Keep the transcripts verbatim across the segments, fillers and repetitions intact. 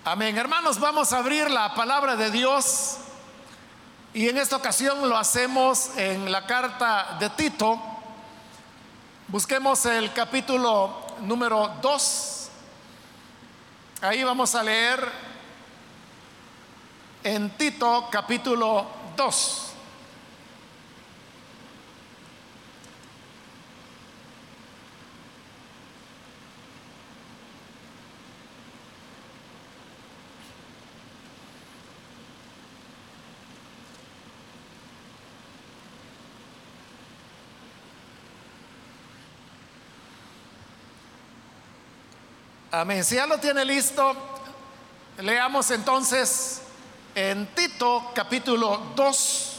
Amén. Hermanos, vamos a abrir la palabra de Dios y en esta ocasión lo hacemos en la carta de Tito. Busquemos el capítulo número dos. Ahí vamos a leer en Tito capítulo dos. Amén. Si ya lo tiene listo, leamos entonces en Tito capítulo dos,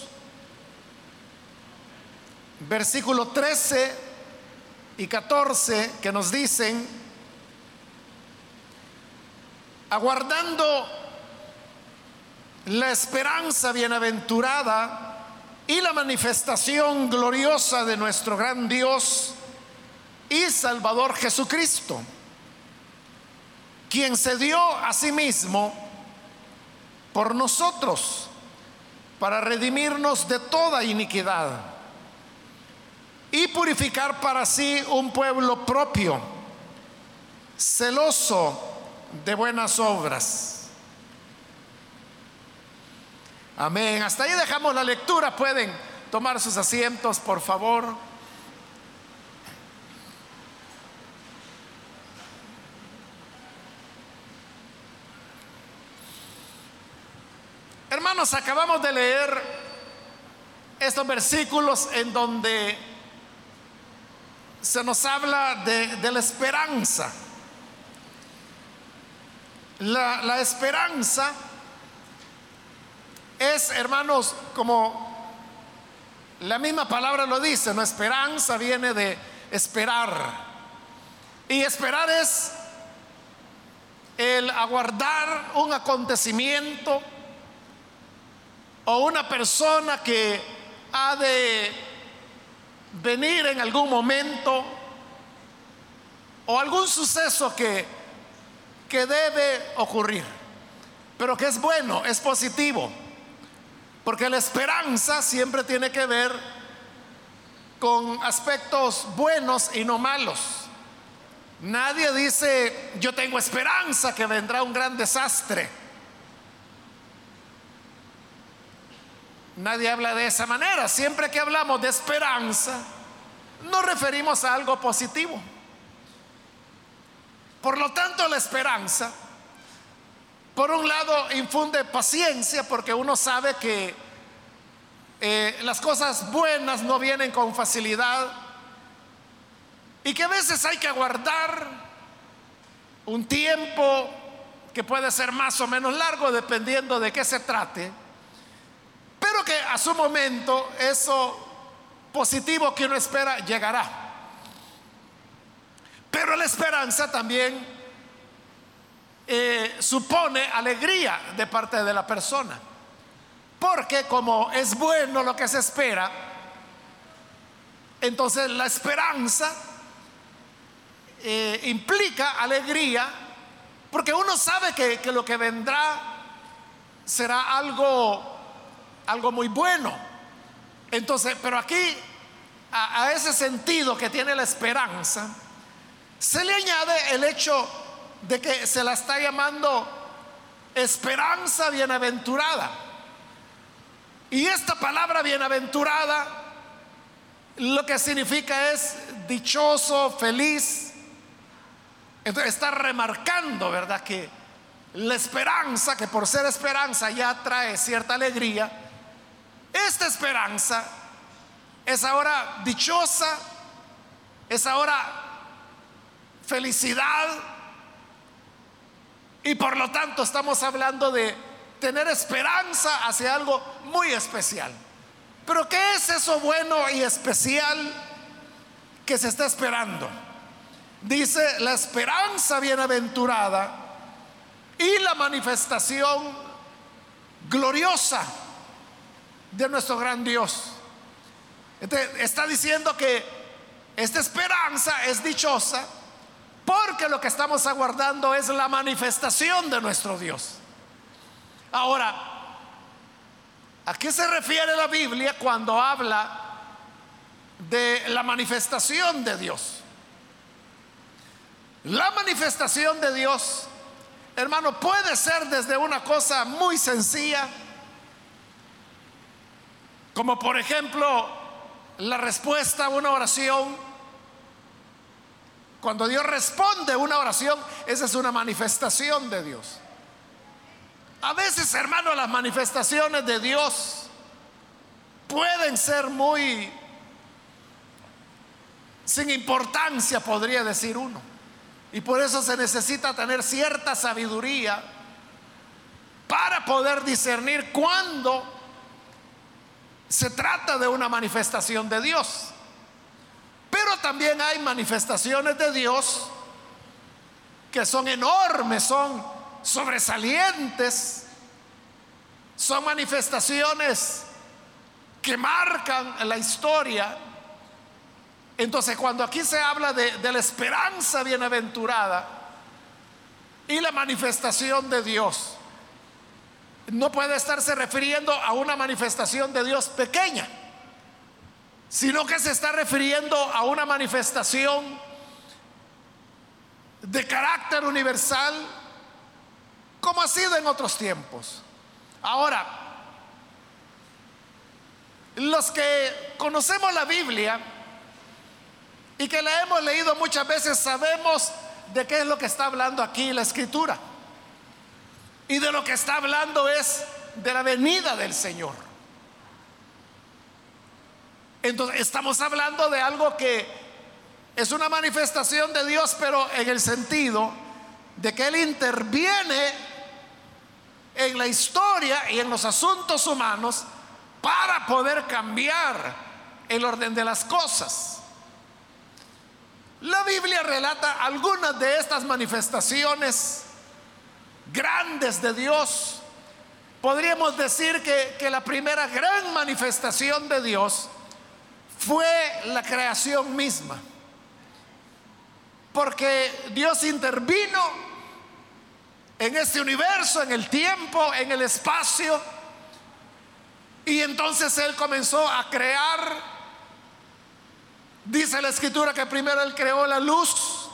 versículo trece y catorce, que nos dicen: aguardando la esperanza bienaventurada y la manifestación gloriosa de nuestro gran Dios y Salvador Jesucristo, quien se dio a sí mismo por nosotros para redimirnos de toda iniquidad y purificar para sí un pueblo propio, celoso de buenas obras. Amén. Hasta ahí dejamos la lectura. Pueden tomar sus asientos, por favor. Hermanos, acabamos de leer estos versículos en donde se nos habla de, de la esperanza. La, la esperanza es, hermanos, como la misma palabra lo dice, ¿no? Esperanza viene de esperar. Y esperar es el aguardar un acontecimiento o una persona que ha de venir en algún momento, o algún suceso que, que debe ocurrir, pero que es bueno, es positivo, porque la esperanza siempre tiene que ver con aspectos buenos y no malos. Nadie dice: yo tengo esperanza que vendrá un gran desastre. Nadie habla de esa manera. Siempre que hablamos de esperanza, nos referimos a algo positivo. Por lo tanto, la esperanza, por un lado, infunde paciencia, porque uno sabe que eh, las cosas buenas no vienen con facilidad y que a veces hay que aguardar un tiempo que puede ser más o menos largo dependiendo de qué se trate, pero que a su momento eso positivo que uno espera llegará. Pero la esperanza también eh, supone alegría de parte de la persona, porque como es bueno lo que se espera, entonces la esperanza eh, implica alegría, porque uno sabe que, que lo que vendrá será algo algo muy bueno. Entonces, pero aquí a, a ese sentido que tiene la esperanza se le añade el hecho de que se la está llamando esperanza bienaventurada. Y esta palabra bienaventurada lo que significa es dichoso, feliz. Entonces está remarcando, ¿verdad?, que la esperanza, que por ser esperanza ya trae cierta alegría, esta esperanza es ahora dichosa, es ahora felicidad, y por lo tanto estamos hablando de tener esperanza hacia algo muy especial. Pero ¿qué es eso bueno y especial que se está esperando? Dice: la esperanza bienaventurada y la manifestación gloriosa de nuestro gran Dios. Entonces, está diciendo que esta esperanza es dichosa porque lo que estamos aguardando es la manifestación de nuestro Dios. Ahora, ¿a qué se refiere la Biblia cuando habla de la manifestación de Dios? La manifestación de Dios, hermano, puede ser desde una cosa muy sencilla, como por ejemplo la respuesta a una oración. Cuando Dios responde una oración, esa es una manifestación de Dios. A veces, hermano, las manifestaciones de Dios pueden ser muy sin importancia, podría decir uno. Y por eso se necesita tener cierta sabiduría para poder discernir cuándo se trata de una manifestación de Dios. Pero también hay manifestaciones de Dios que son enormes, son sobresalientes, son manifestaciones que marcan la historia. Entonces, cuando aquí se habla de, de la esperanza bienaventurada y la manifestación de Dios, no puede estarse refiriendo a una manifestación de Dios pequeña, sino que se está refiriendo a una manifestación de carácter universal, como ha sido en otros tiempos. Ahora, los que conocemos la Biblia y que la hemos leído muchas veces, sabemos de qué es lo que está hablando aquí la Escritura. Y de lo que está hablando es de la venida del Señor. Entonces estamos hablando de algo que es una manifestación de Dios, pero en el sentido de que Él interviene en la historia y en los asuntos humanos para poder cambiar el orden de las cosas. La Biblia relata algunas de estas manifestaciones grandes de Dios. Podríamos decir que, que la primera gran manifestación de Dios fue la creación misma, porque Dios intervino en este universo, en el tiempo, en el espacio, y entonces Él comenzó a crear. Dice la Escritura que primero Él creó la luz,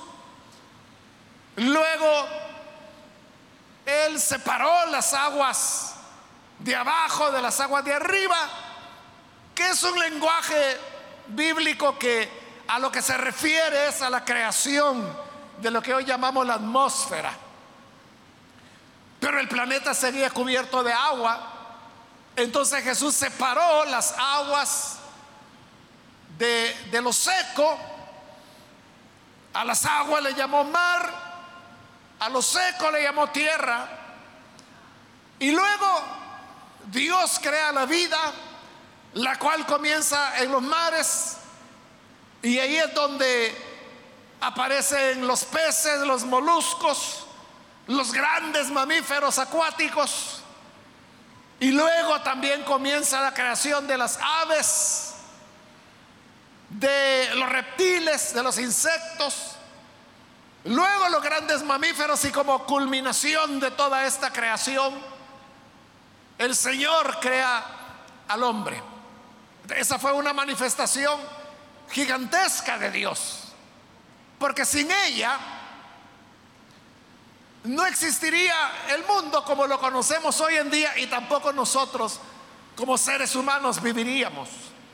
luego Él separó las aguas de abajo de las aguas de arriba, que es un lenguaje bíblico que a lo que se refiere es a la creación de lo que hoy llamamos la atmósfera. Pero el planeta seguía cubierto de agua. Entonces Jesús separó las aguas de, de lo seco. A las aguas le llamó mar, a lo seco le llamó tierra. Y luego Dios crea la vida, la cual comienza en los mares, y ahí es donde aparecen los peces, los moluscos, los grandes mamíferos acuáticos. Y luego también comienza la creación de las aves, de los reptiles, de los insectos, luego los grandes mamíferos, y como culminación de toda esta creación, el Señor crea al hombre. Esa fue una manifestación gigantesca de Dios, porque sin ella no existiría el mundo como lo conocemos hoy en día, y tampoco nosotros como seres humanos viviríamos.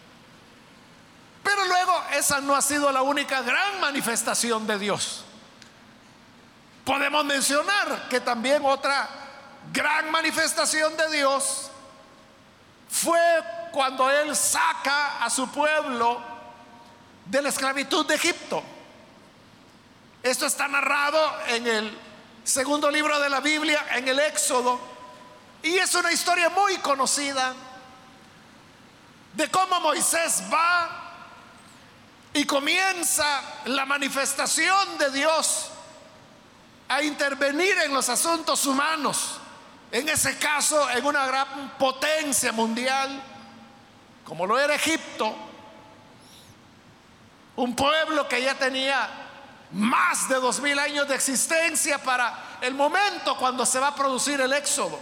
Pero luego esa no ha sido la única gran manifestación de Dios. Podemos mencionar que también otra gran manifestación de Dios fue cuando Él saca a su pueblo de la esclavitud de Egipto. Esto está narrado en el segundo libro de la Biblia, en el Éxodo, y es una historia muy conocida de cómo Moisés va y comienza la manifestación de Dios a intervenir en los asuntos humanos, en ese caso en una gran potencia mundial como lo era Egipto, un pueblo que ya tenía más de dos mil años de existencia para el momento cuando se va a producir el éxodo.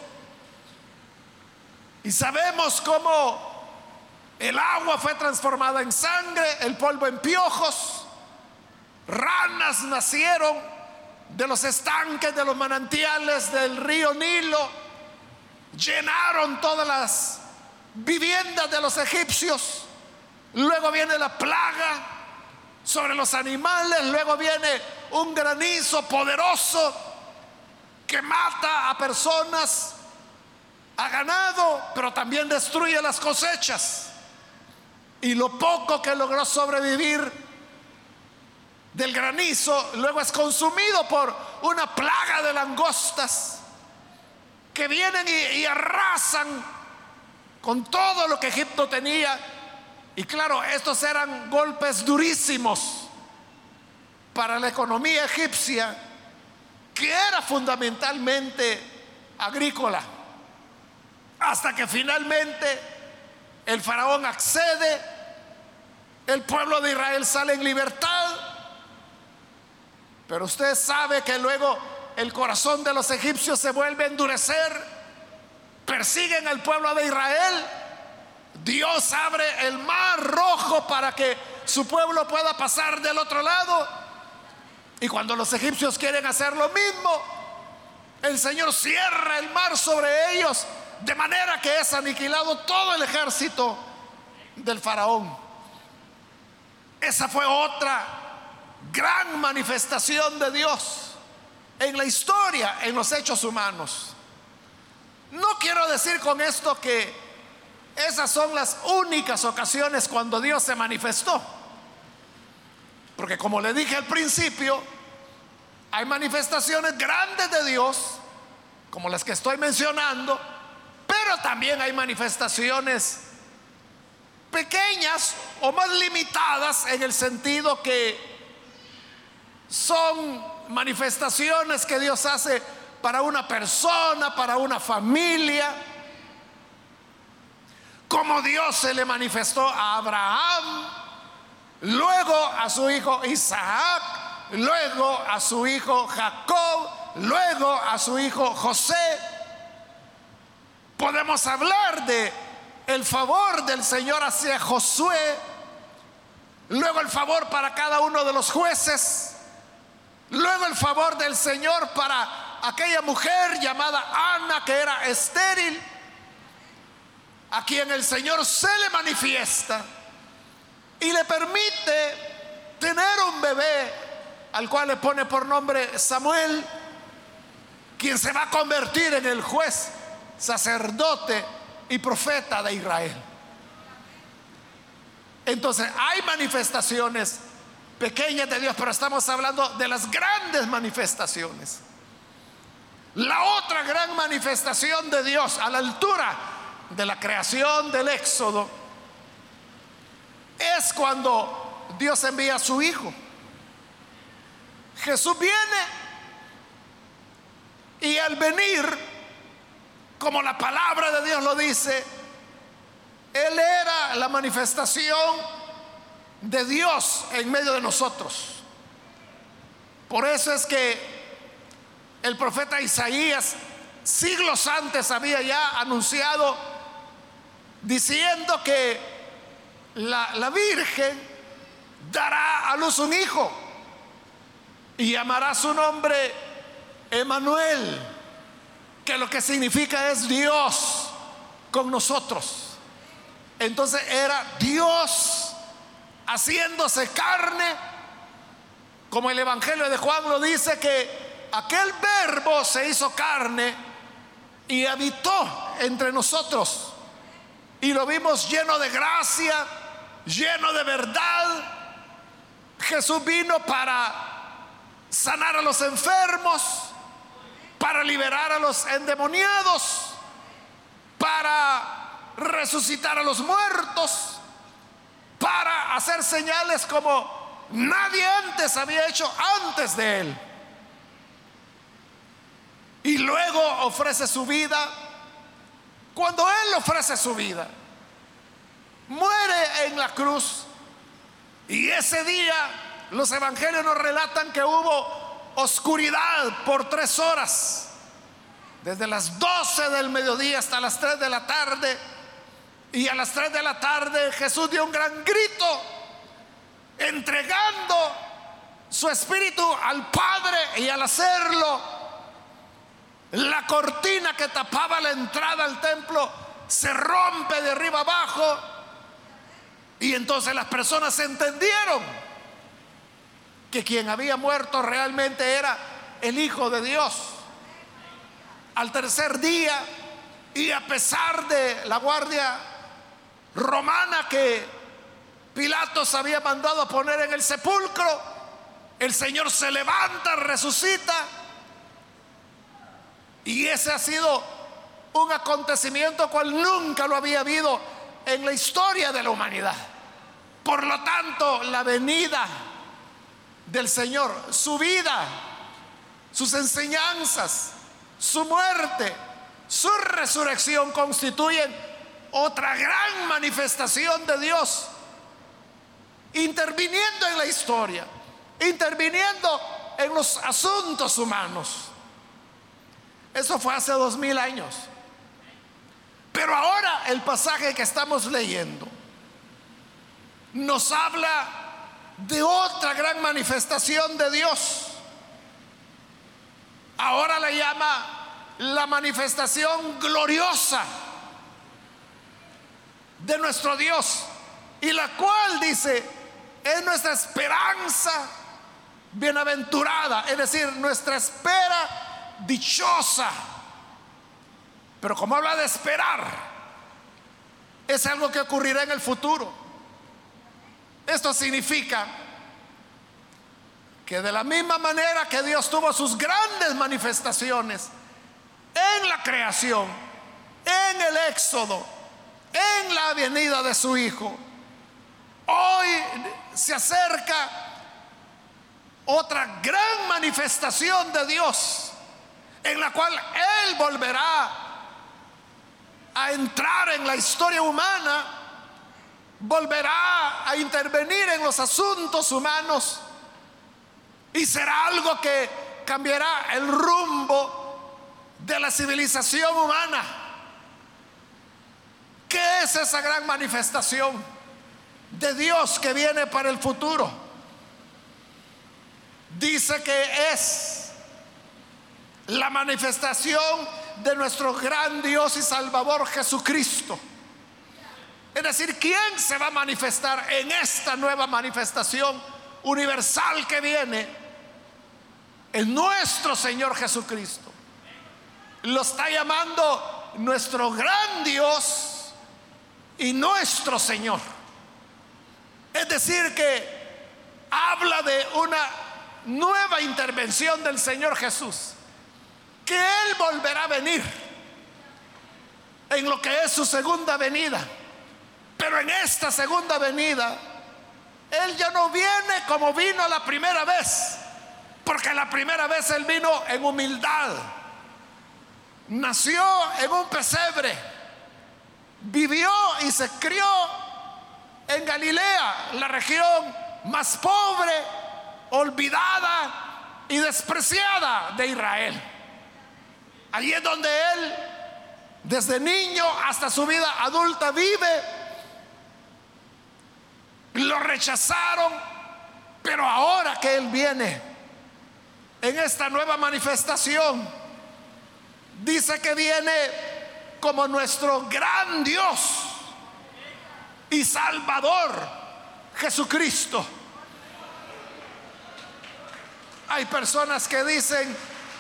Y sabemos cómo el agua fue transformada en sangre, el polvo en piojos, ranas nacieron de los estanques, de los manantiales del río Nilo, llenaron todas las viviendas de los egipcios. Luego viene la plaga sobre los animales, luego viene un granizo poderoso que mata a personas, a ganado, pero también destruye las cosechas. Y lo poco que logró sobrevivir del granizo luego es consumido por una plaga de langostas que vienen y, y arrasan con todo lo que Egipto tenía. Y claro, estos eran golpes durísimos para la economía egipcia, que era fundamentalmente agrícola, hasta que finalmente el faraón accede, el pueblo de Israel sale en libertad. Pero usted sabe que luego el corazón de los egipcios se vuelve a endurecer, persiguen al pueblo de Israel. Dios abre el mar Rojo para que su pueblo pueda pasar del otro lado. Y cuando los egipcios quieren hacer lo mismo, el Señor cierra el mar sobre ellos, de manera que es aniquilado todo el ejército del faraón. Esa fue otra gran manifestación de Dios en la historia, en los hechos humanos. No quiero decir con esto que esas son las únicas ocasiones cuando Dios se manifestó, porque como le dije al principio, hay manifestaciones grandes de Dios como las que estoy mencionando, pero también hay manifestaciones pequeñas o más limitadas, en el sentido que son manifestaciones que Dios hace para una persona, para una familia, como Dios se le manifestó a Abraham, luego a su hijo Isaac, luego a su hijo Jacob, luego a su hijo José. Podemos hablar de el favor del Señor hacia Josué, luego el favor para cada uno de los jueces, luego el favor del Señor para aquella mujer llamada Ana, que era estéril, a quien el Señor se le manifiesta y le permite tener un bebé, al cual le pone por nombre Samuel, quien se va a convertir en el juez, sacerdote y profeta de Israel. Entonces hay manifestaciones pequeñas de Dios, pero estamos hablando de las grandes manifestaciones. La otra gran manifestación de Dios a la altura de la creación del éxodo es cuando Dios envía a su hijo. Jesús viene, y al venir, como la palabra de Dios lo dice, Él era la manifestación de Dios en medio de nosotros. Por eso es que el profeta Isaías siglos antes había ya anunciado, diciendo que la, la Virgen dará a luz un hijo y llamará su nombre Emmanuel, que lo que significa es Dios con nosotros. Entonces era Dios haciéndose carne, como el Evangelio de Juan lo dice, que aquel verbo se hizo carne y habitó entre nosotros, y lo vimos lleno de gracia, lleno de verdad. Jesús vino para sanar a los enfermos, para liberar a los endemoniados, para resucitar a los muertos, para hacer señales como nadie antes había hecho antes de Él. Y luego ofrece su vida. Cuando Él ofrece su vida, muere en la cruz, y ese día los evangelios nos relatan que hubo oscuridad por tres horas, desde las doce del mediodía hasta las tres de la tarde. Y a las tres de la tarde Jesús dio un gran grito, entregando su espíritu al Padre, y al hacerlo, la cortina que tapaba la entrada al templo se rompe de arriba abajo, y entonces las personas entendieron que quien había muerto realmente era el Hijo de Dios. Al tercer día, y a pesar de la guardia romana que Pilatos había mandado a poner en el sepulcro, el Señor se levanta, resucita, y ese ha sido un acontecimiento cual nunca lo había habido en la historia de la humanidad. Por lo tanto, la venida del Señor, su vida, sus enseñanzas, su muerte, su resurrección constituyen otra gran manifestación de Dios, interviniendo en la historia, interviniendo en los asuntos humanos. Eso fue hace dos mil años. Pero ahora el pasaje que estamos leyendo nos habla de otra gran manifestación de Dios. Ahora la llama la manifestación gloriosa de nuestro Dios, y la cual, dice, es nuestra esperanza bienaventurada, es decir, nuestra espera dichosa. Pero como habla de esperar, es algo que ocurrirá en el futuro. Esto significa que de la misma manera que Dios tuvo sus grandes manifestaciones en la creación, en el éxodo, en la venida de su Hijo, hoy se acerca otra gran manifestación de Dios, en la cual Él volverá a entrar en la historia humana, volverá a intervenir en los asuntos humanos, y será algo que cambiará el rumbo de la civilización humana. ¿Qué es esa gran manifestación de Dios que viene para el futuro? Dice que es la manifestación de nuestro gran Dios y Salvador Jesucristo. Es decir, ¿quién se va a manifestar en esta nueva manifestación universal que viene? Es nuestro Señor Jesucristo. Lo está llamando nuestro gran Dios y nuestro Señor. Es decir, que habla de una nueva intervención del Señor Jesús, que Él volverá a venir en lo que es su segunda venida. Pero en esta segunda venida Él ya no viene como vino la primera vez, porque la primera vez Él vino en humildad, nació en un pesebre, vivió y se crió en Galilea, la región más pobre, olvidada y despreciada de Israel. Allí es donde Él, desde niño hasta su vida adulta, vive. Lo rechazaron, pero ahora que Él viene en esta nueva manifestación, dice que viene como nuestro gran Dios y Salvador Jesucristo. Hay personas que dicen: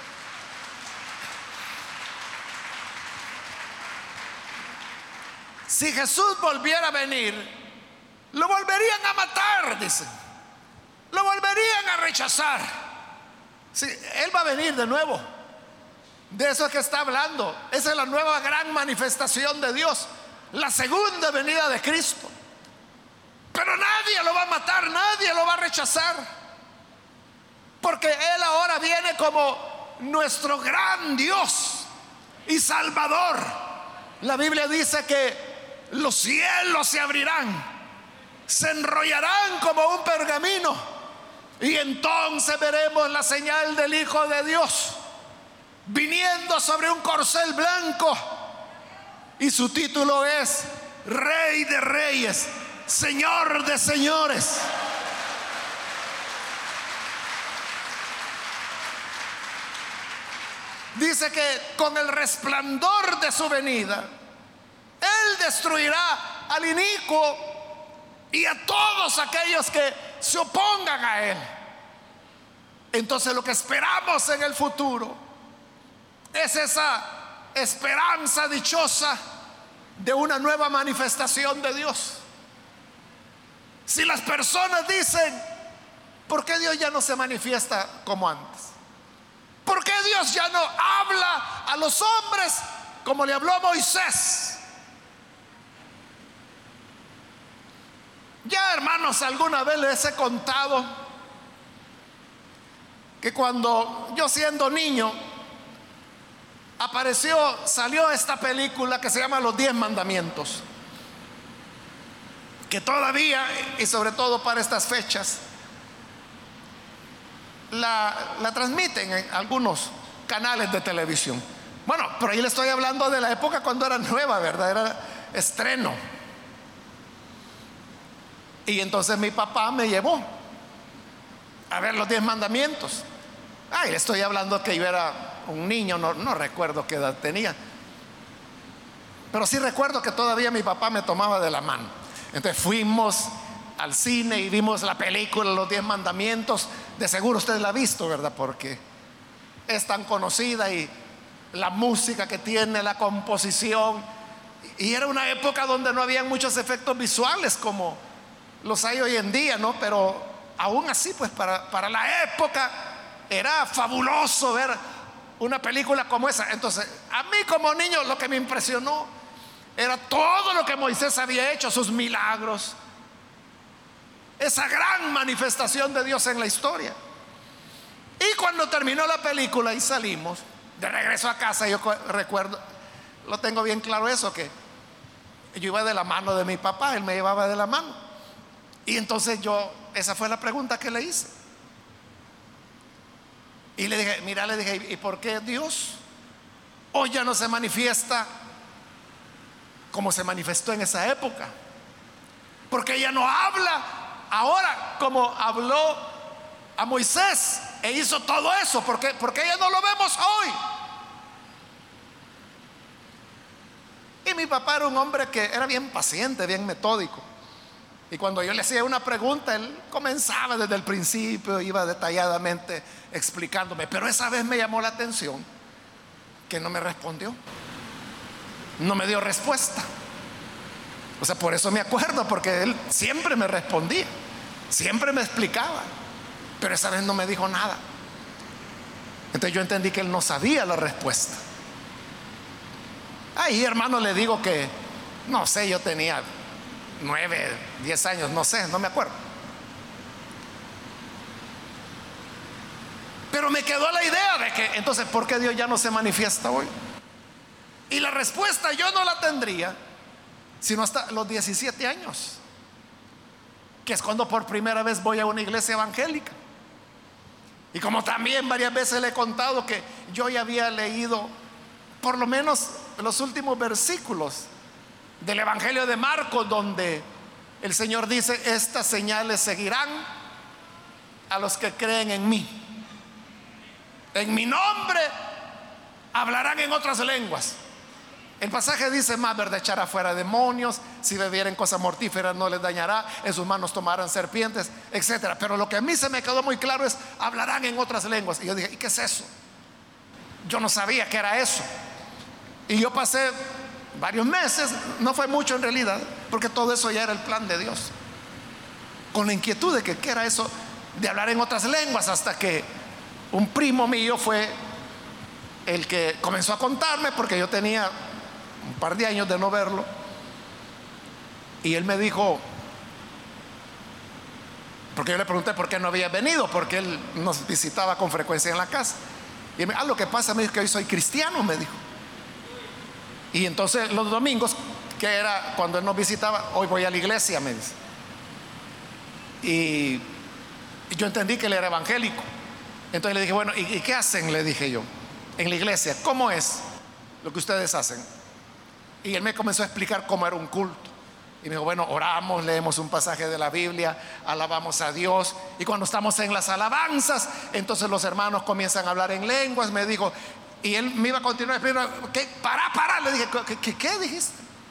si Jesús volviera a venir, lo volverían a matar, dicen, lo volverían a rechazar. Sí, Él va a venir de nuevo. De eso es que está hablando. Esa es la nueva gran manifestación de Dios, la segunda venida de Cristo. Pero nadie lo va a matar, nadie lo va a rechazar, porque Él ahora viene como nuestro gran Dios y Salvador. La Biblia dice que los cielos se abrirán, se enrollarán como un pergamino, Y entonces veremos la señal del Hijo de Dios viniendo sobre un corcel blanco. Y su título es Rey de Reyes, Señor de Señores. Dice que con el resplandor de su venida, Él destruirá al inicuo y a todos aquellos que se opongan a Él. Entonces lo que esperamos en el futuro es esa esperanza dichosa de una nueva manifestación de Dios. Si las personas dicen, ¿por qué Dios ya no se manifiesta como antes? ¿Por qué Dios ya no habla a los hombres como le habló a Moisés? Ya, hermanos, alguna vez les he contado que cuando yo, siendo niño, apareció, salió esta película que se llama Los Diez Mandamientos, que todavía, y sobre todo para estas fechas, la, la transmiten en algunos canales de televisión. Bueno, pero ahí le estoy hablando de la época cuando era nueva, ¿verdad? Era estreno. Y entonces mi papá me llevó a ver Los Diez Mandamientos. Ay, le estoy hablando que yo era un niño, no, no recuerdo qué edad tenía, pero sí recuerdo que todavía mi papá me tomaba de la mano. Entonces fuimos al cine y vimos la película Los Diez Mandamientos. De seguro usted la ha visto, ¿verdad? Porque es tan conocida, y la música que tiene, la composición. Y era una época donde no había muchos efectos visuales como los hay hoy en día, ¿no? Pero aún así, pues para, para la época era fabuloso ver una película como esa. Entonces, a mí como niño lo que me impresionó era todo lo que Moisés había hecho, sus milagros, esa gran manifestación de Dios en la historia. Y cuando terminó la película y salimos de regreso a casa, yo recuerdo, lo tengo bien claro eso, que yo iba de la mano de mi papá, él me llevaba de la mano. Y entonces yo, esa fue la pregunta que le hice. Y le dije, mira, le dije, ¿y por qué Dios hoy ya no se manifiesta como se manifestó en esa época? Porque ella no habla ahora como habló a Moisés e hizo todo eso. Porque porque ella no lo vemos hoy. Y mi papá era un hombre que era bien paciente, bien metódico. Y cuando yo le hacía una pregunta, él comenzaba desde el principio, iba detalladamente explicándome. Pero esa vez me llamó la atención que no me respondió, no me dio respuesta. O sea, por eso me acuerdo, porque él siempre me respondía, siempre me explicaba, pero esa vez no me dijo nada. Entonces yo entendí que él no sabía la respuesta. Ahí, hermano, le digo que, no sé, yo tenía nueve, diez años, no sé, no me acuerdo. Pero me quedó la idea de que, entonces, ¿por qué Dios ya no se manifiesta hoy? Y la respuesta yo no la tendría sino hasta los diecisiete años, que es cuando por primera vez voy a una iglesia evangélica. Y como también varias veces le he contado que yo ya había leído por lo menos los últimos versículos del Evangelio de Marcos, donde el Señor dice: estas señales seguirán a los que creen en mí, en mi nombre hablarán en otras lenguas. El pasaje dice más, ¿verdad? Echará fuera demonios, si bebieren cosas mortíferas no les dañará, en sus manos tomarán serpientes, etcétera. Pero lo que a mí se me quedó muy claro es: hablarán en otras lenguas. Y yo dije, ¿y qué es eso? Yo no sabía que era eso. Y yo pasé varios meses, no fue mucho en realidad, porque todo eso ya era el plan de Dios, con la inquietud de que qué era eso de hablar en otras lenguas, hasta que un primo mío fue el que comenzó a contarme, porque yo tenía un par de años de no verlo, y él me dijo, porque yo le pregunté por qué no había venido, porque él nos visitaba con frecuencia en la casa, y él me dijo, ah, lo que pasa, me dijo, que hoy soy cristiano, me dijo. Y entonces los domingos, que era cuando él nos visitaba, hoy voy a la iglesia, me dice. Y Y yo entendí que él era evangélico. Entonces le dije, bueno, ¿y, y qué hacen? Le dije yo, en la iglesia, ¿cómo es lo que ustedes hacen? Y él me comenzó a explicar cómo era un culto. Y me dijo, bueno, oramos, leemos un pasaje de la Biblia, alabamos a Dios. Y cuando estamos en las alabanzas, entonces los hermanos comienzan a hablar en lenguas. Me dijo, y él me iba a continuar explicando, ¿qué? Para, para. Le dije, ¿qué, qué, qué dijiste?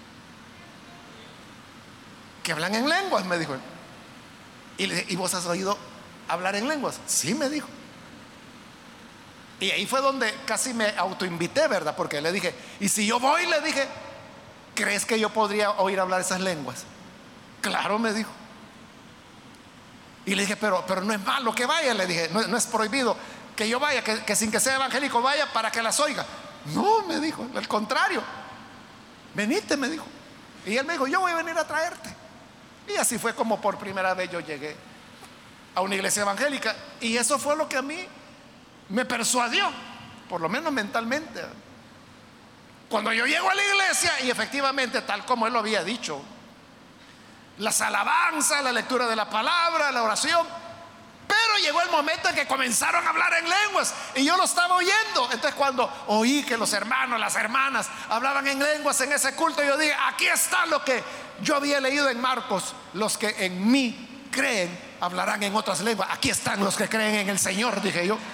Que hablan en lenguas, me dijo. Y le dije, ¿y vos has oído hablar en lenguas? Sí, me dijo. Y ahí fue donde casi me autoinvité, ¿verdad? Porque le dije, y si yo voy, le dije, ¿crees que yo podría oír hablar esas lenguas? Claro, me dijo. Y le dije, pero, pero no es malo que vaya, le dije, no, no es prohibido que yo vaya, que, que sin que sea evangélico vaya para que las oiga. No, me dijo, al contrario, venite, me dijo. Y él me dijo, yo voy a venir a traerte. Y así fue como por primera vez yo llegué a una iglesia evangélica. Y eso fue lo que a mí me persuadió, por lo menos mentalmente. Cuando yo llego a la iglesia, y efectivamente, tal como él lo había dicho, las alabanzas, la lectura de la palabra, la oración, pero llegó el momento en que comenzaron a hablar en lenguas y yo lo estaba oyendo. Entonces, cuando oí que los hermanos, las hermanas hablaban en lenguas en ese culto, yo dije, aquí está lo que yo había leído en Marcos: los que en mí creen hablarán en otras lenguas. Aquí están los que creen en el Señor, dije yo.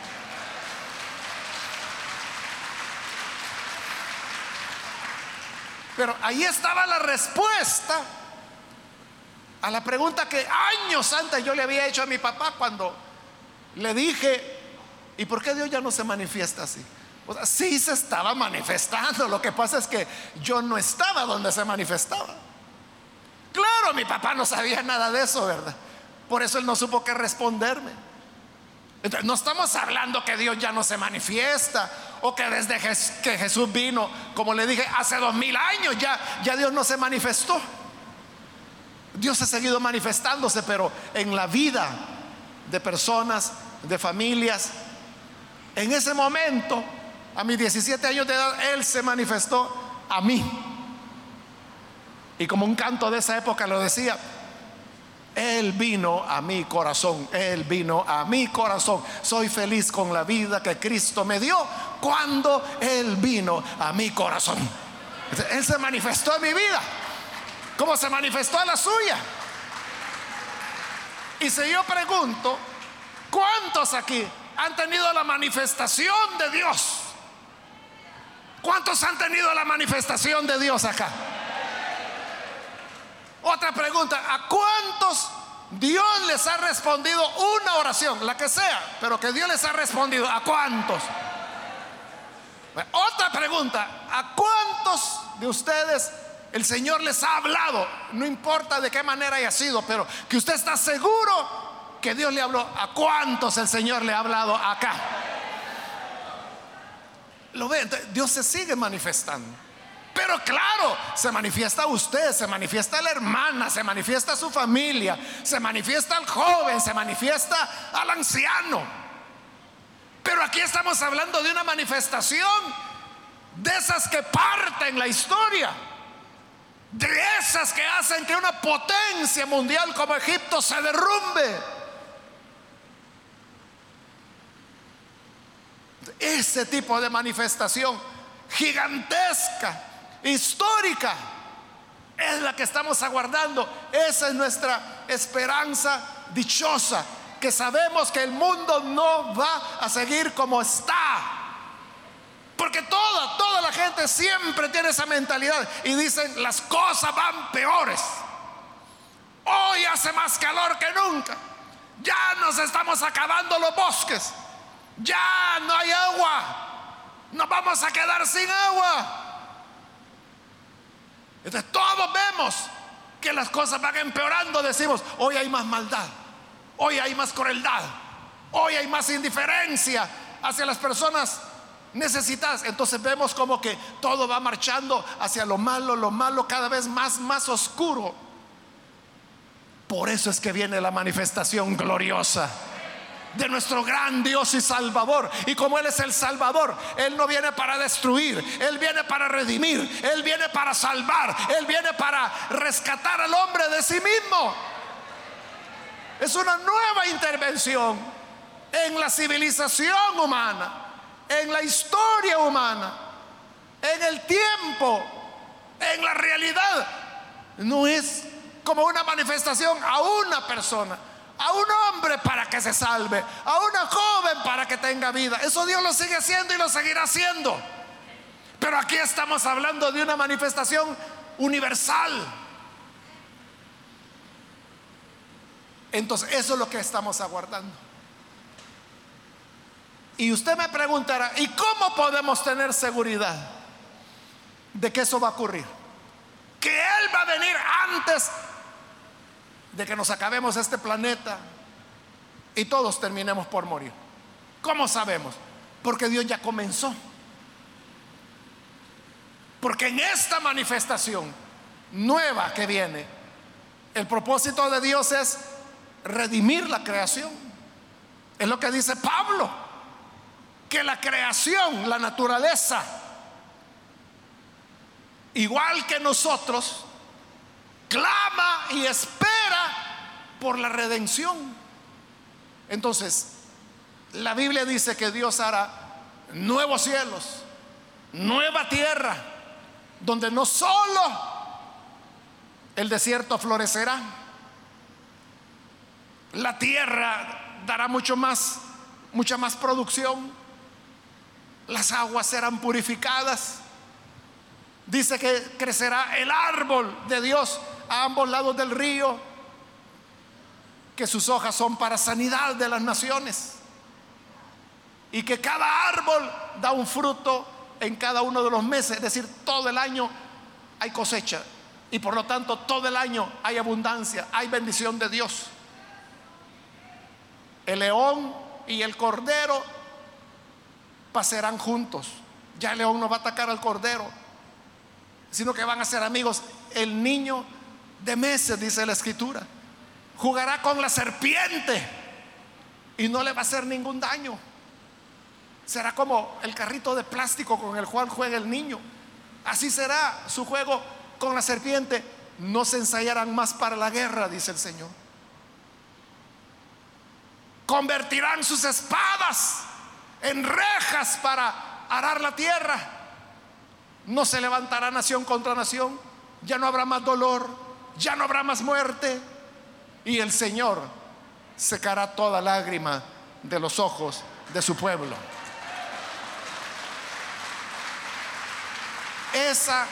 Pero ahí estaba la respuesta a la pregunta que años antes yo le había hecho a mi papá, cuando le dije, ¿y por qué Dios ya no se manifiesta así? O sea, sí se estaba manifestando, lo que pasa es que yo no estaba donde se manifestaba. Claro, mi papá no sabía nada de eso, ¿verdad? Por eso él no supo qué responderme. Entonces, no estamos hablando que Dios ya no se manifiesta, o que desde que Jesús vino, como le dije, hace dos mil años ya, ya Dios no se manifestó. Dios ha seguido manifestándose, pero en la vida de personas, de familias. En ese momento, a mis diecisiete años de edad, Él se manifestó a mí. Y como un canto de esa época lo decía, Él vino a mi corazón, Él vino a mi corazón. Soy feliz con la vida que Cristo me dio cuando Él vino a mi corazón. Él se manifestó en mi vida, como se manifestó en la suya. Y si yo pregunto, ¿cuántos aquí han tenido la manifestación de Dios? ¿Cuántos han tenido la manifestación de Dios acá? Otra pregunta, ¿a cuántos Dios les ha respondido una oración, la que sea, pero que Dios les ha respondido? ¿A cuántos? Otra pregunta, ¿a cuántos de ustedes el Señor les ha hablado? No importa de qué manera haya sido, pero que usted está seguro que Dios le habló. ¿A cuántos el Señor le ha hablado acá? ¿Lo ve? Dios se sigue manifestando. Pero claro, se manifiesta usted, se manifiesta la hermana, se manifiesta su familia, se manifiesta al joven, se manifiesta al anciano. Pero aquí estamos hablando de una manifestación de esas que parten la historia, de esas que hacen que una potencia mundial como Egipto se derrumbe. Ese tipo de manifestación gigantesca, histórica, es la que estamos aguardando. Esa es nuestra esperanza dichosa, que sabemos que el mundo no va a seguir como está, porque toda, toda la gente siempre tiene esa mentalidad y dicen, las cosas van peores. Hoy hace más calor que nunca, ya nos estamos acabando los bosques, ya no hay agua, nos vamos a quedar sin agua. Entonces todos vemos que las cosas van empeorando. Decimos, hoy hay más maldad, hoy hay más crueldad, hoy hay más indiferencia hacia las personas necesitadas. Entonces vemos como que todo va marchando hacia lo malo, lo malo cada vez más, más oscuro. Por eso es que viene la manifestación gloriosa de nuestro gran Dios y Salvador. Y como Él es el Salvador, Él no viene para destruir, Él viene para redimir, Él viene para salvar, Él viene para rescatar al hombre de sí mismo. Es una nueva intervención en la civilización humana, en la historia humana, en el tiempo, en la realidad. No es como una manifestación a una persona, a un hombre para que se salve, a una joven para que tenga vida. Eso Dios lo sigue haciendo y lo seguirá haciendo. Pero aquí estamos hablando de una manifestación universal. Entonces, eso es lo que estamos aguardando. Y usted me preguntará, ¿y cómo podemos tener seguridad de que eso va a ocurrir? Que Él va a venir antes de que nos acabemos este planeta y todos terminemos por morir. ¿Cómo sabemos? Porque Dios ya comenzó. Porque en esta manifestación nueva que viene, el propósito de Dios es redimir la creación. Es lo que dice Pablo, que la creación, la naturaleza, igual que nosotros, clama y espera por la redención. Entonces, la Biblia dice que Dios hará nuevos cielos, nueva tierra, donde no solo el desierto florecerá, la tierra dará mucho más, mucha más producción, las aguas serán purificadas. Dice que crecerá el árbol de Dios a ambos lados del río, que sus hojas son para sanidad de las naciones, y que cada árbol da un fruto en cada uno de los meses. Es decir, todo el año hay cosecha, y por lo tanto todo el año hay abundancia, hay bendición de Dios. El león y el cordero pasarán juntos. Ya el león no va a atacar al cordero, sino que van a ser amigos. El niño de meses, dice la escritura, jugará con la serpiente y no le va a hacer ningún daño. Será como el carrito de plástico con el cual juega el niño. Así será su juego con la serpiente. No se ensayarán más para la guerra, dice el Señor. Convertirán sus espadas en rejas para arar la tierra. No se levantará nación contra nación. Ya no habrá más dolor, ya no habrá más muerte, y el Señor secará toda lágrima de los ojos de su pueblo. Esa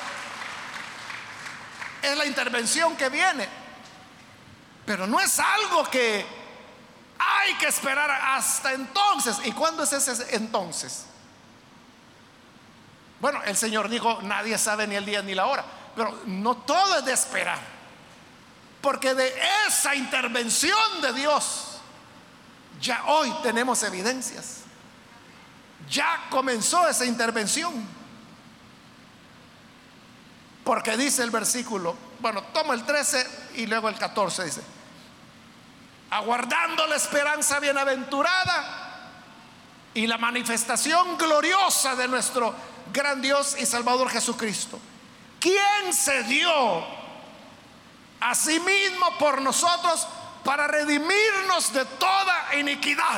es la intervención que viene, pero no es algo que hay que esperar hasta entonces. ¿Y cuándo es ese entonces? Bueno, el Señor dijo, nadie sabe ni el día ni la hora, pero no todo es de esperar, porque de esa intervención de Dios ya hoy tenemos evidencias. Ya comenzó esa intervención, porque dice el versículo, bueno, tomo el trece y luego el catorce, dice: aguardando la esperanza bienaventurada y la manifestación gloriosa de nuestro gran Dios y Salvador Jesucristo, quien se dio a sí mismo por nosotros para redimirnos de toda iniquidad.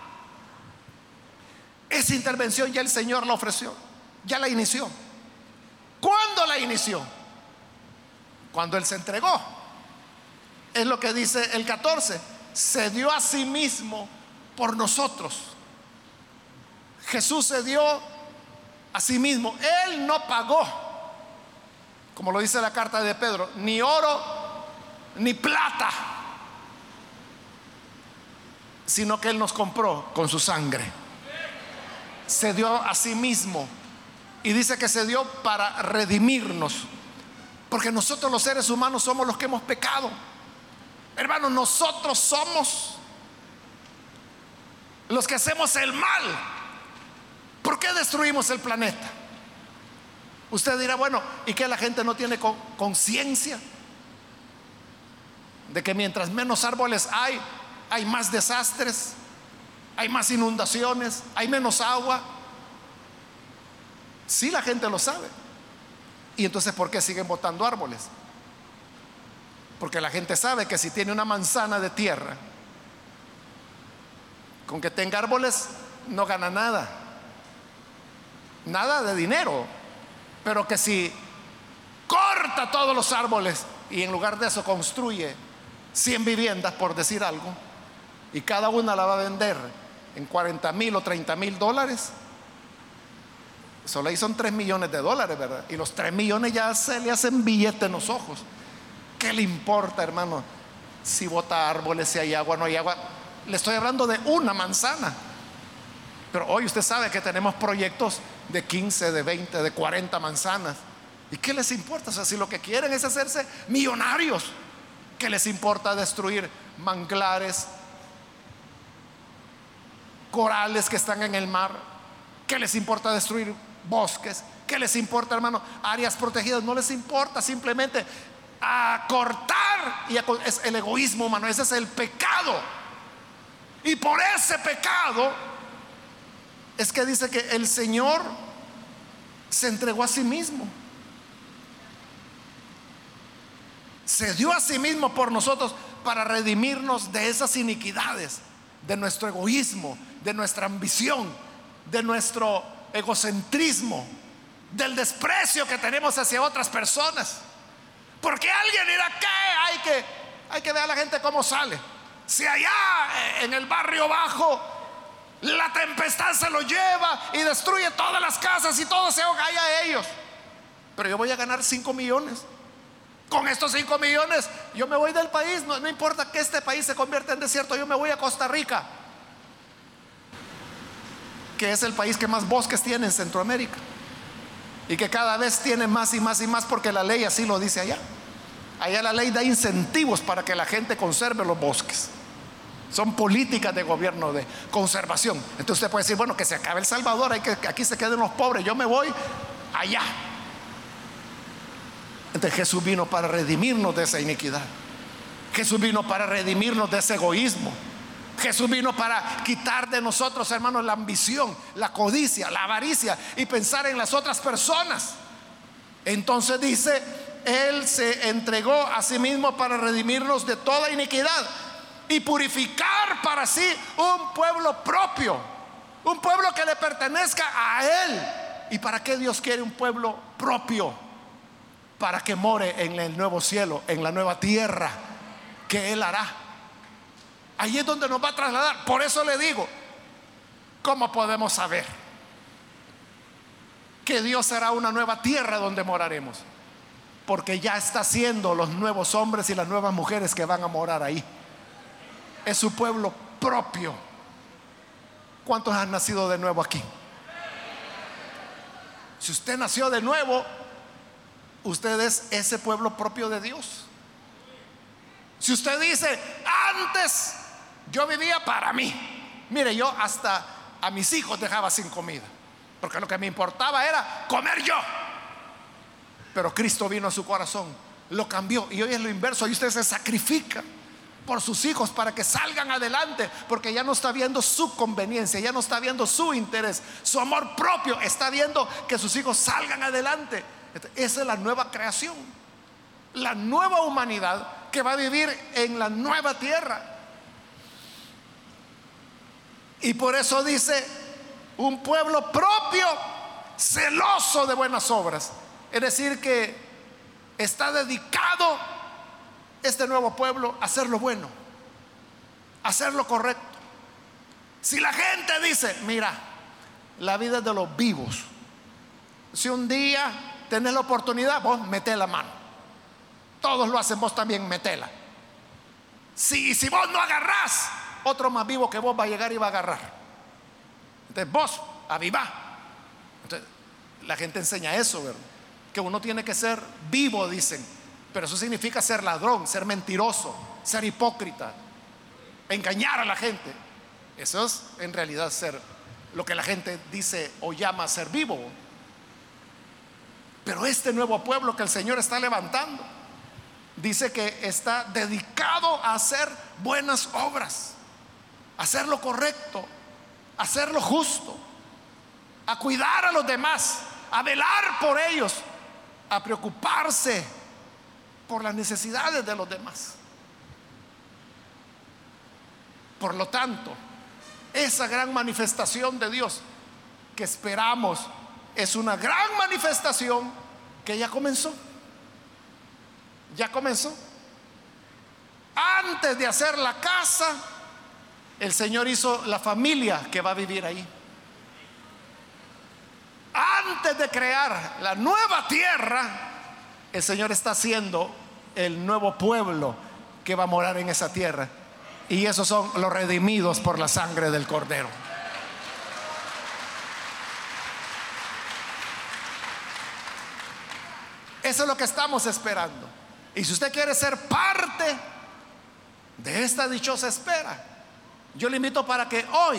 Esa intervención ya el Señor la ofreció, ya la inició. ¿Cuándo la inició? Cuando Él se entregó. Es lo que dice el catorce: se dio a sí mismo por nosotros. Jesús se dio a sí mismo. Él no pagó, como lo dice la carta de Pedro, ni oro ni plata, sino que Él nos compró con su sangre. Se dio a sí mismo, y dice que se dio para redimirnos, porque nosotros los seres humanos somos los que hemos pecado. Hermanos, nosotros somos los que hacemos el mal. ¿Por qué destruimos el planeta? Usted dirá, bueno, ¿y qué la gente no tiene conciencia de que mientras menos árboles hay, hay más desastres, hay más inundaciones, hay menos agua? Sí, la gente lo sabe. ¿Y entonces por qué siguen botando árboles? Porque la gente sabe que si tiene una manzana de tierra Con que tenga árboles no gana nada, nada de dinero. Pero que si corta todos los árboles y en lugar de eso construye cien viviendas, por decir algo, y cada una la va a vender en cuarenta mil o treinta mil dólares, solo ahí son tres millones de dólares, ¿verdad? Y los tres millones ya se le hacen billete en los ojos. ¿Qué le importa, hermano, si bota árboles, si hay agua, no hay agua? Le estoy hablando de una manzana. Pero hoy usted sabe que tenemos proyectos de quince, de veinte, de cuarenta manzanas. ¿Y qué les importa? O sea, si lo que quieren es hacerse millonarios, ¿qué les importa destruir manglares, corales que están en el mar? ¿Qué les importa destruir bosques? ¿Qué les importa, hermano, áreas protegidas? No les importa, simplemente a cortar. Y a, es el egoísmo humano, ese es el pecado. Y por ese pecado es que dice que el Señor se entregó a sí mismo, se dio a sí mismo por nosotros para redimirnos de esas iniquidades, de nuestro egoísmo, de nuestra ambición, de nuestro egocentrismo, del desprecio que tenemos hacia otras personas. Porque alguien dirá que hay que, hay que ver a la gente cómo sale. Si allá en el barrio bajo la tempestad se lo lleva y destruye todas las casas y todo se ahoga allá a ellos, pero yo voy a ganar cinco millones. Con estos cinco millones yo me voy del país. No, no importa que este país se convierta en desierto, yo me voy a Costa Rica, que es el país que más bosques tiene en Centroamérica y que cada vez tiene más y más y más, porque la ley así lo dice allá. Allá la ley da incentivos para que la gente conserve los bosques. Son políticas de gobierno de conservación. Entonces usted puede decir, bueno, que se acabe El Salvador, hay que, que aquí se queden los pobres, yo me voy allá. Entonces Jesús vino para redimirnos de esa iniquidad. Jesús vino para redimirnos de ese egoísmo. Jesús vino para quitar de nosotros, hermanos, la ambición, la codicia, la avaricia y pensar en las otras personas. Entonces dice, Él se entregó a sí mismo para redimirnos de toda iniquidad y purificar para sí un pueblo propio, un pueblo que le pertenezca a Él. ¿Y para qué Dios quiere un pueblo propio? Para que more en el nuevo cielo, en la nueva tierra que Él hará. Ahí es donde nos va a trasladar. Por eso le digo, ¿cómo podemos saber que Dios hará una nueva tierra donde moraremos? Porque ya está haciendo los nuevos hombres y las nuevas mujeres que van a morar ahí. Es su pueblo propio. ¿Cuántos han nacido de nuevo aquí? Si usted nació de nuevo, usted es ese pueblo propio de Dios. Si usted dice, antes yo vivía para mí, mire, yo hasta a mis hijos dejaba sin comida, porque lo que me importaba era comer yo. Pero Cristo vino a su corazón, lo cambió, y hoy es lo inverso. Y usted se sacrifica por sus hijos para que salgan adelante, porque ya no está viendo su conveniencia, ya no está viendo su interés, su amor propio, está viendo que sus hijos salgan adelante. Esa es la nueva creación, la nueva humanidad que va a vivir en la nueva tierra. Y por eso dice, un pueblo propio, celoso de buenas obras. Es decir, que está dedicado este nuevo pueblo a hacer lo bueno, a hacer lo correcto. Si la gente dice, mira, la vida es de los vivos, si un día tenés la oportunidad, vos meté la mano. Todos lo hacen, vos también metela. Si, si vos no agarrás, otro más vivo que vos va a llegar y va a agarrar. Entonces vos avivá. Entonces la gente enseña eso, ¿verdad? Que uno tiene que ser vivo, dicen. Pero eso significa ser ladrón, ser mentiroso, ser hipócrita, engañar a la gente. Eso es en realidad ser lo que la gente dice o llama ser vivo. Pero este nuevo pueblo que el Señor está levantando, dice que está dedicado a hacer buenas obras, a hacer lo correcto, a hacer lo justo, a cuidar a los demás, a velar por ellos, a preocuparse por las necesidades de los demás. Por lo tanto, esa gran manifestación de Dios que esperamos es una gran manifestación que ya comenzó. Ya comenzó. Antes de hacer la casa, el Señor hizo la familia que va a vivir ahí. Antes de crear la nueva tierra, el Señor está haciendo el nuevo pueblo que va a morar en esa tierra. Y esos son los redimidos por la sangre del Cordero. Eso es lo que estamos esperando. Y si usted quiere ser parte de esta dichosa espera, yo le invito para que hoy,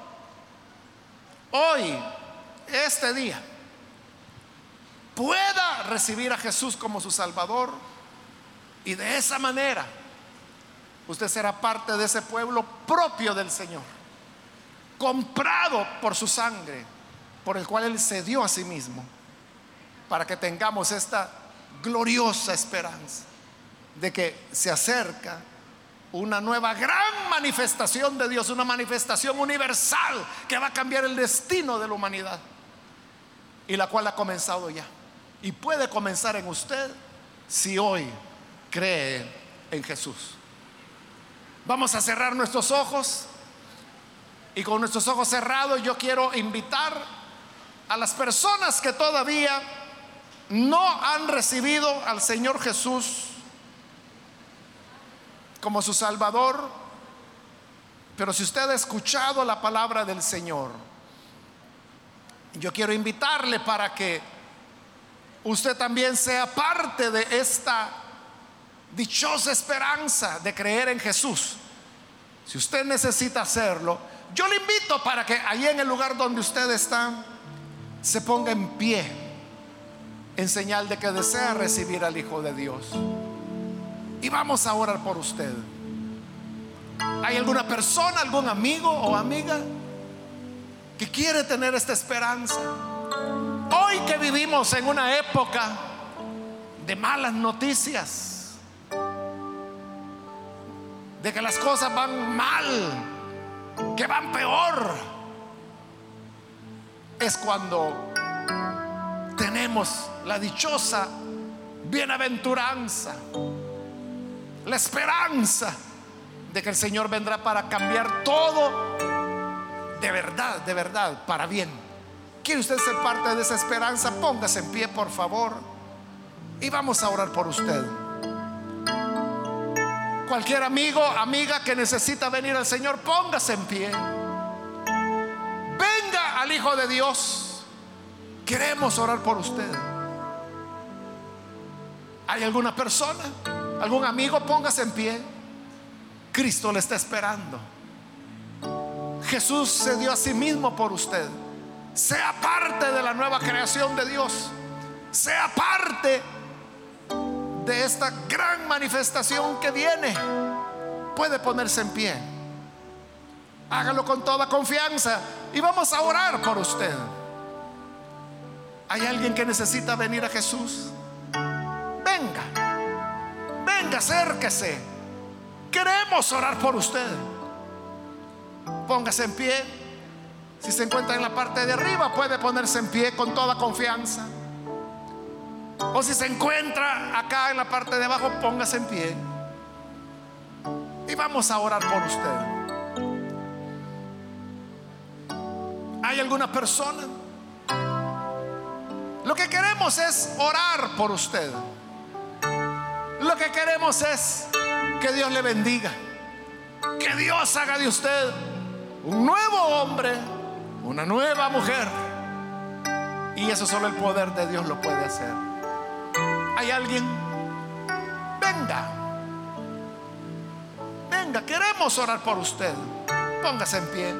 hoy, este día, pueda recibir a Jesús como su Salvador. Y de esa manera usted será parte de ese pueblo propio del Señor, comprado por su sangre, por el cual Él se dio a sí mismo, para que tengamos esta gloriosa esperanza de que se acerca una nueva gran manifestación de Dios, una manifestación universal que va a cambiar el destino de la humanidad, y la cual ha comenzado ya y puede comenzar en usted si hoy cree en Jesús. Vamos a cerrar nuestros ojos, y con nuestros ojos cerrados yo quiero invitar a las personas que todavía no han recibido al Señor Jesús como su Salvador. Pero si usted ha escuchado la palabra del Señor, yo quiero invitarle para que usted también sea parte de esta dichosa esperanza de creer en Jesús. Si usted necesita hacerlo, yo le invito para que allí en el lugar donde usted está se ponga en pie en señal de que desea recibir al Hijo de Dios, y vamos a orar por usted. ¿Hay alguna persona, algún amigo o amiga que quiere tener esta esperanza? Hoy que vivimos en una época de malas noticias, de que las cosas van mal, que van peor, es cuando tenemos la dichosa bienaventuranza, la esperanza de que el Señor vendrá para cambiar todo de verdad, de verdad, para bien. ¿Quiere usted ser parte de esa esperanza? Póngase en pie, por favor, y vamos a orar por usted. Cualquier amigo, amiga que necesita venir al Señor, póngase en pie. Venga al Hijo de Dios. Queremos orar por usted. ¿Hay alguna persona, algún amigo? Póngase en pie. Cristo le está esperando. Jesús se dio a sí mismo por usted. Sea parte de la nueva creación de Dios. Sea parte de esta gran manifestación que viene. Puede ponerse en pie. Hágalo con toda confianza y vamos a orar por usted. ¿Hay alguien que necesita venir a Jesús? Venga, venga, acérquese. Queremos orar por usted. Póngase en pie. Si se encuentra en la parte de arriba, puede ponerse en pie con toda confianza. O si se encuentra acá en la parte de abajo, póngase en pie y vamos a orar por usted. ¿Hay alguna persona? Lo que queremos es orar por usted. Lo que queremos es que Dios le bendiga, que Dios haga de usted un nuevo hombre, una nueva mujer, y eso solo el poder de Dios lo puede hacer. ¿Hay alguien? Venga, venga, queremos orar por usted. Póngase en pie.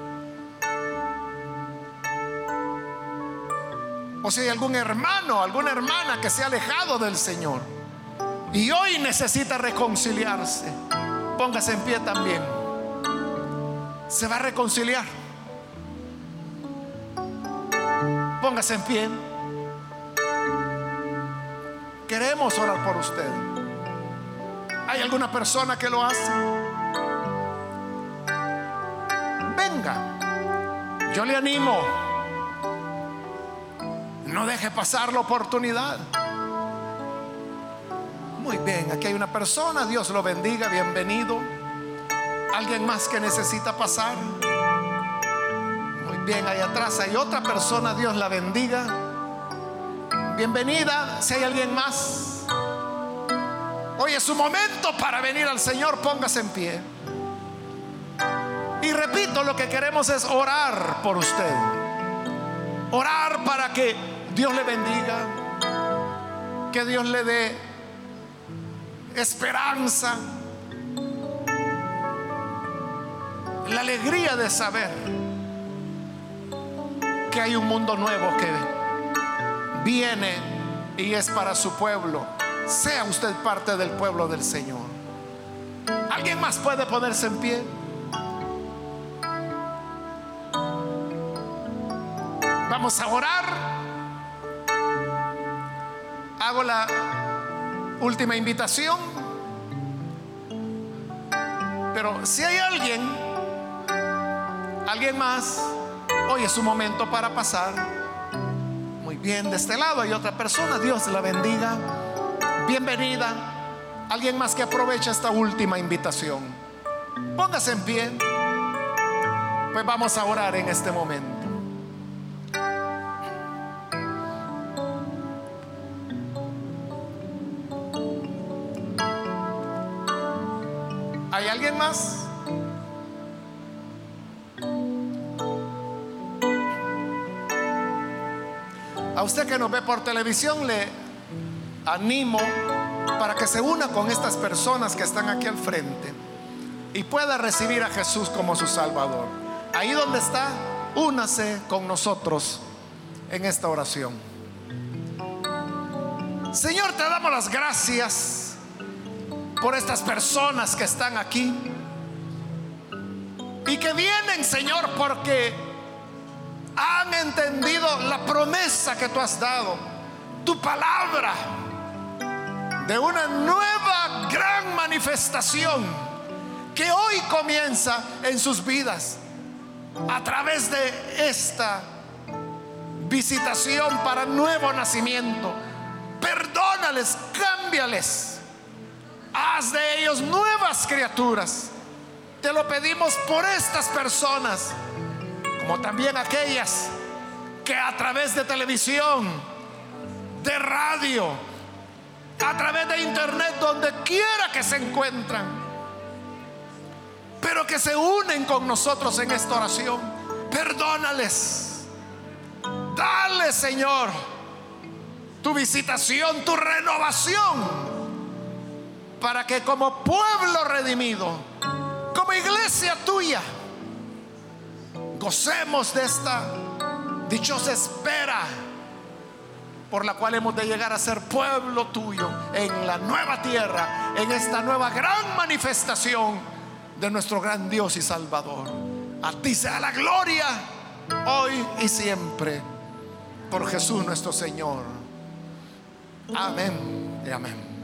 O si hay algún hermano, alguna hermana que se ha alejado del Señor y hoy necesita reconciliarse, póngase en pie también. Se va a reconciliar. Póngase en pie. Queremos orar por usted. ¿Hay alguna persona que lo hace? venga. Yo le animo, no deje pasar la oportunidad. Muy bien, aquí hay una persona, Dios lo bendiga, bienvenido. ¿Alguien más que necesita pasar? Muy bien, ahí atrás hay otra persona, Dios la bendiga, bienvenida. Si hay alguien más, hoy es su momento para venir al Señor, póngase en pie. Y repito, lo que queremos es orar por usted, orar para que Dios le bendiga, que Dios le dé esperanza, la alegría de saber que hay un mundo nuevo que viene y es para su pueblo. Sea usted parte del pueblo del Señor. ¿Alguien más puede ponerse en pie? Vamos a orar. Hago la última invitación. Pero si hay alguien, alguien más, hoy es su momento para pasar. Muy bien, de este lado hay otra persona, Dios la bendiga, bienvenida. Alguien más que aproveche esta última invitación, póngase en pie. Pues vamos a orar en este momento. ¿Hay alguien más? A usted que nos ve por televisión, le animo para que se una con estas personas que están aquí al frente y pueda recibir a Jesús como su Salvador. Ahí donde está, únase con nosotros en esta oración. Señor, te damos las gracias por estas personas que están aquí y que vienen, Señor, porque han entendido la promesa que tú has dado, tu palabra de una nueva gran manifestación que hoy comienza en sus vidas a través de esta visitación para nuevo nacimiento. Perdónales, cámbiales, haz de ellos nuevas criaturas. Te lo pedimos por estas personas, como también aquellas que a través de televisión, de radio, a través de internet, donde quiera que se encuentran, pero que se unen con nosotros en esta oración. Perdónales, dale, Señor, tu visitación, tu renovación, para que como pueblo redimido, como iglesia tuya, gocemos de esta dichosa espera por la cual hemos de llegar a ser pueblo tuyo en la nueva tierra, en esta nueva gran manifestación de nuestro gran Dios y Salvador. A ti sea la gloria hoy y siempre, por Jesús nuestro Señor. Amén y amén.